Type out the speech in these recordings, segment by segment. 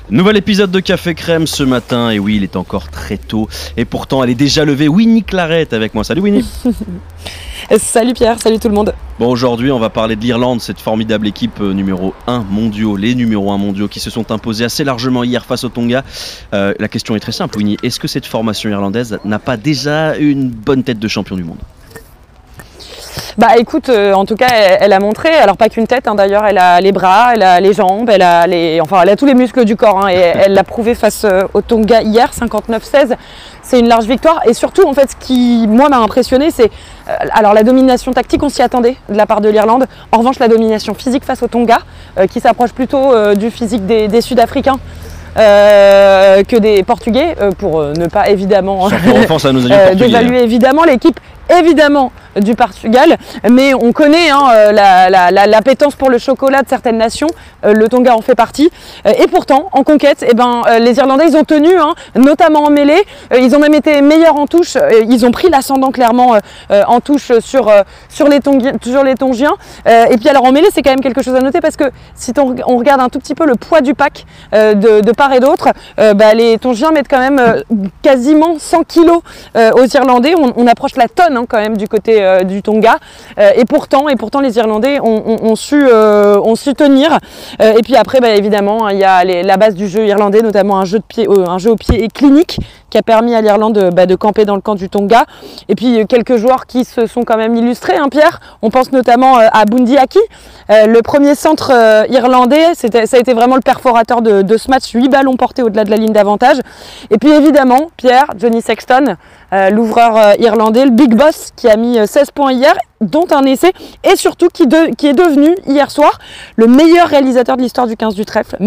Nouvel épisode de Café Crème ce matin, et oui, il est encore très tôt, et pourtant elle est déjà levée. Winnie Clarette avec moi. Salut Winnie. Salut Pierre, salut tout le monde. Bon, aujourd'hui on va parler de l'Irlande, cette formidable équipe numéro 1 mondiaux, les numéros 1 mondiaux qui se sont imposés assez largement hier face au Tonga. La question est très simple Winnie, est-ce que cette formation irlandaise n'a pas déjà une bonne tête de champion du monde ? Bah écoute, en tout cas elle a montré, alors pas qu'une tête d'ailleurs, elle a les bras, elle a les jambes, elle a tous les muscles du corps et elle l'a prouvé face au Tonga hier, 59-16, c'est une large victoire et surtout en fait ce qui moi m'a impressionné c'est alors la domination tactique on s'y attendait de la part de l'Irlande, en revanche la domination physique face au Tonga qui s'approche plutôt du physique des Sud-Africains. Que des Portugais pour ne pas évidemment dévaluer évidemment l'équipe évidemment du Portugal, mais on connaît l'appétence pour le chocolat de certaines nations, le Tonga en fait partie, et pourtant en conquête les Irlandais ils ont tenu, notamment en mêlée, ils ont même été meilleurs en touche, ils ont pris l'ascendant clairement en touche sur les Tongiens, et puis alors en mêlée c'est quand même quelque chose à noter parce que si on regarde un tout petit peu le poids du pack de part et d'autre, les Tongiens mettent quand même quasiment 100 kilos aux Irlandais, on approche la tonne quand même du côté du Tonga, et pourtant les Irlandais ont su tenir, et puis après évidemment il y a la base du jeu irlandais, notamment un jeu au pied clinique qui a permis à l'Irlande de camper dans le camp du Tonga, et puis quelques joueurs qui se sont quand même illustrés, Pierre, on pense notamment à Bundee Aki, le premier centre irlandais, ça a été vraiment le perforateur de ce match, 8 ballons portés au-delà de la ligne d'avantage, et puis évidemment Pierre, Johnny Sexton, l'ouvreur irlandais, le big boss qui a mis 16 points hier, dont un essai, et surtout qui est devenu hier soir le meilleur réalisateur de l'histoire du 15 du trèfle,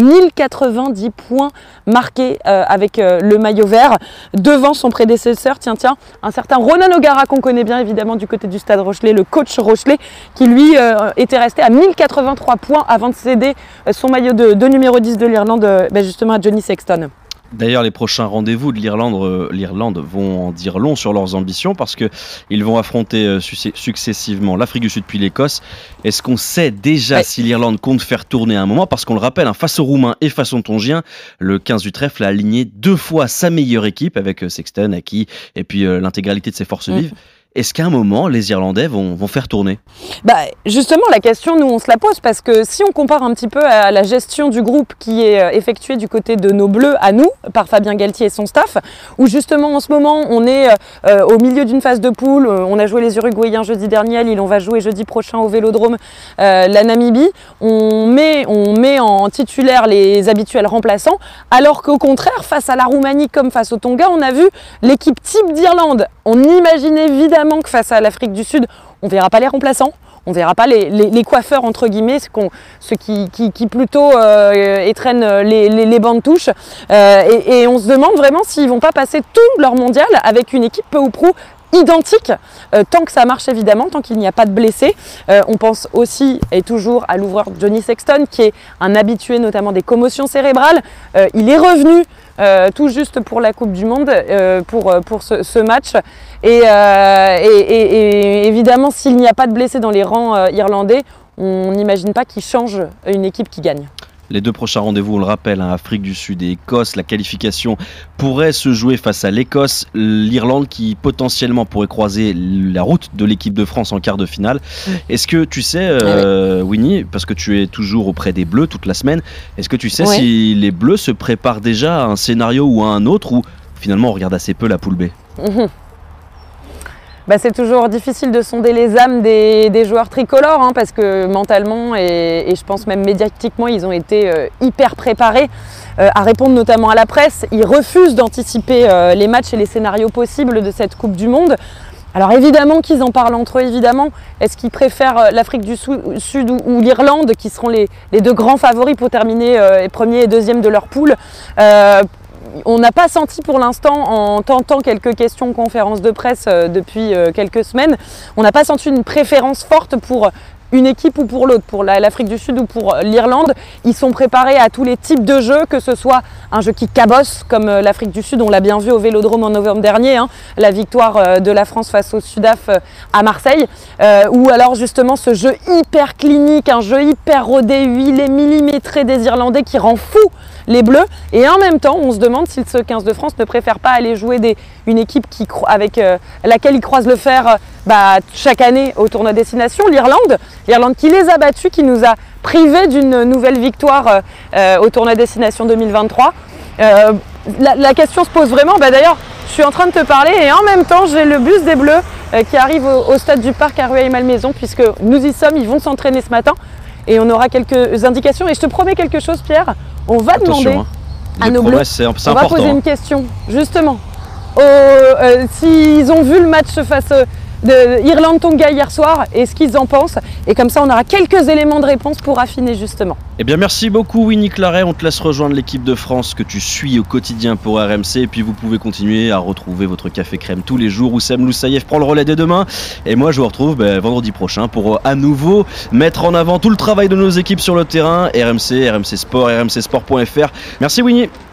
1090 points marqués avec le maillot vert, devant son prédécesseur, un certain Ronan O'Gara qu'on connaît bien évidemment du côté du Stade Rochelais, le coach Rochelais, qui lui était resté à 1083 points avant de céder son maillot de numéro 10 de l'Irlande justement à Johnny Sexton. D'ailleurs, les prochains rendez-vous de l'Irlande vont en dire long sur leurs ambitions parce qu'ils vont affronter successivement l'Afrique du Sud puis l'Écosse. Est-ce qu'on sait déjà si l'Irlande compte faire tourner à un moment ? Parce qu'on le rappelle, face aux Roumains et face aux Tongiens, le 15 du trèfle a aligné 2 fois sa meilleure équipe avec Sexton, Aki et puis l'intégralité de ses forces vives. Est-ce qu'à un moment, les Irlandais vont faire tourner ? Justement, la question, nous, on se la pose parce que si on compare un petit peu à la gestion du groupe qui est effectuée du côté de nos Bleus à nous, par Fabien Galtier et son staff, où justement, en ce moment, on est au milieu d'une phase de poule, on a joué les Uruguayens jeudi dernier à Lille, on va jouer jeudi prochain au Vélodrome la Namibie, on met en titulaire les habituels remplaçants, alors qu'au contraire, face à la Roumanie comme face au Tonga, on a vu l'équipe type d'Irlande. On imagine évidemment que face à l'Afrique du Sud, on ne verra pas les remplaçants, on ne verra pas les coiffeurs entre guillemets, ceux qui plutôt étrennent les bancs de touche, et on se demande vraiment s'ils ne vont pas passer tout leur mondial avec une équipe peu ou prou identique, tant que ça marche évidemment, tant qu'il n'y a pas de blessés. On pense aussi et toujours à l'ouvreur Johnny Sexton qui est un habitué notamment des commotions cérébrales. Il est revenu tout juste pour la Coupe du Monde, pour ce match, et évidemment s'il n'y a pas de blessés dans les rangs irlandais, on n'imagine pas qu'il change une équipe qui gagne. Les 2 prochains rendez-vous, on le rappelle, Afrique du Sud et Écosse. La qualification pourrait se jouer face à l'Écosse. L'Irlande qui potentiellement pourrait croiser la route de l'équipe de France en quart de finale. Est-ce que tu sais, Winnie, parce que tu es toujours auprès des Bleus toute la semaine, est-ce que tu sais si les Bleus se préparent déjà à un scénario ou à un autre, ou finalement on regarde assez peu la poule B ? C'est toujours difficile de sonder les âmes des joueurs tricolores, parce que mentalement et je pense même médiatiquement, ils ont été hyper préparés à répondre notamment à la presse. Ils refusent d'anticiper les matchs et les scénarios possibles de cette Coupe du Monde. Alors évidemment qu'ils en parlent entre eux, évidemment. Est-ce qu'ils préfèrent l'Afrique du Sud ou l'Irlande, qui seront les 2 grands favoris pour terminer premier et deuxième de leur poule ? On n'a pas senti pour l'instant, en tentant quelques questions conférences de presse depuis quelques semaines, on n'a pas senti une préférence forte pour une équipe ou pour l'autre, pour l'Afrique du Sud ou pour l'Irlande. Ils sont préparés à tous les types de jeux, que ce soit un jeu qui cabosse comme l'Afrique du Sud, on l'a bien vu au Vélodrome en novembre dernier, hein, la victoire de la France face au Sudaf à Marseille, ou alors justement ce jeu hyper clinique, un jeu hyper rodé, huilé, millimétré des Irlandais qui rend fou les Bleus. Et en même temps, on se demande si ce 15 de France ne préfère pas aller jouer une équipe avec laquelle ils croisent le fer chaque année au tournoi destination, l'Irlande qui les a battus, qui nous a privés d'une nouvelle victoire au tournoi destination 2023. La question se pose vraiment. D'ailleurs, je suis en train de te parler et en même temps, j'ai le bus des Bleus qui arrive au stade du Parc à Rueil-Malmaison, puisque nous y sommes, ils vont s'entraîner ce matin et on aura quelques indications. Et je te promets quelque chose, Pierre, on va demander à nos Bleus, on va poser une question, justement, s'ils ont vu le match face de Irlande-Tonga hier soir et ce qu'ils en pensent. Et comme ça, on aura quelques éléments de réponse pour affiner justement. Eh bien, merci beaucoup Winnie Claret. On te laisse rejoindre l'équipe de France que tu suis au quotidien pour RMC. Et puis, vous pouvez continuer à retrouver votre café crème tous les jours. Oussem Loussaïef prend le relais dès demain. Et moi, je vous retrouve vendredi prochain pour à nouveau mettre en avant tout le travail de nos équipes sur le terrain. RMC, RMC Sport, rmcsport.fr. Merci Winnie.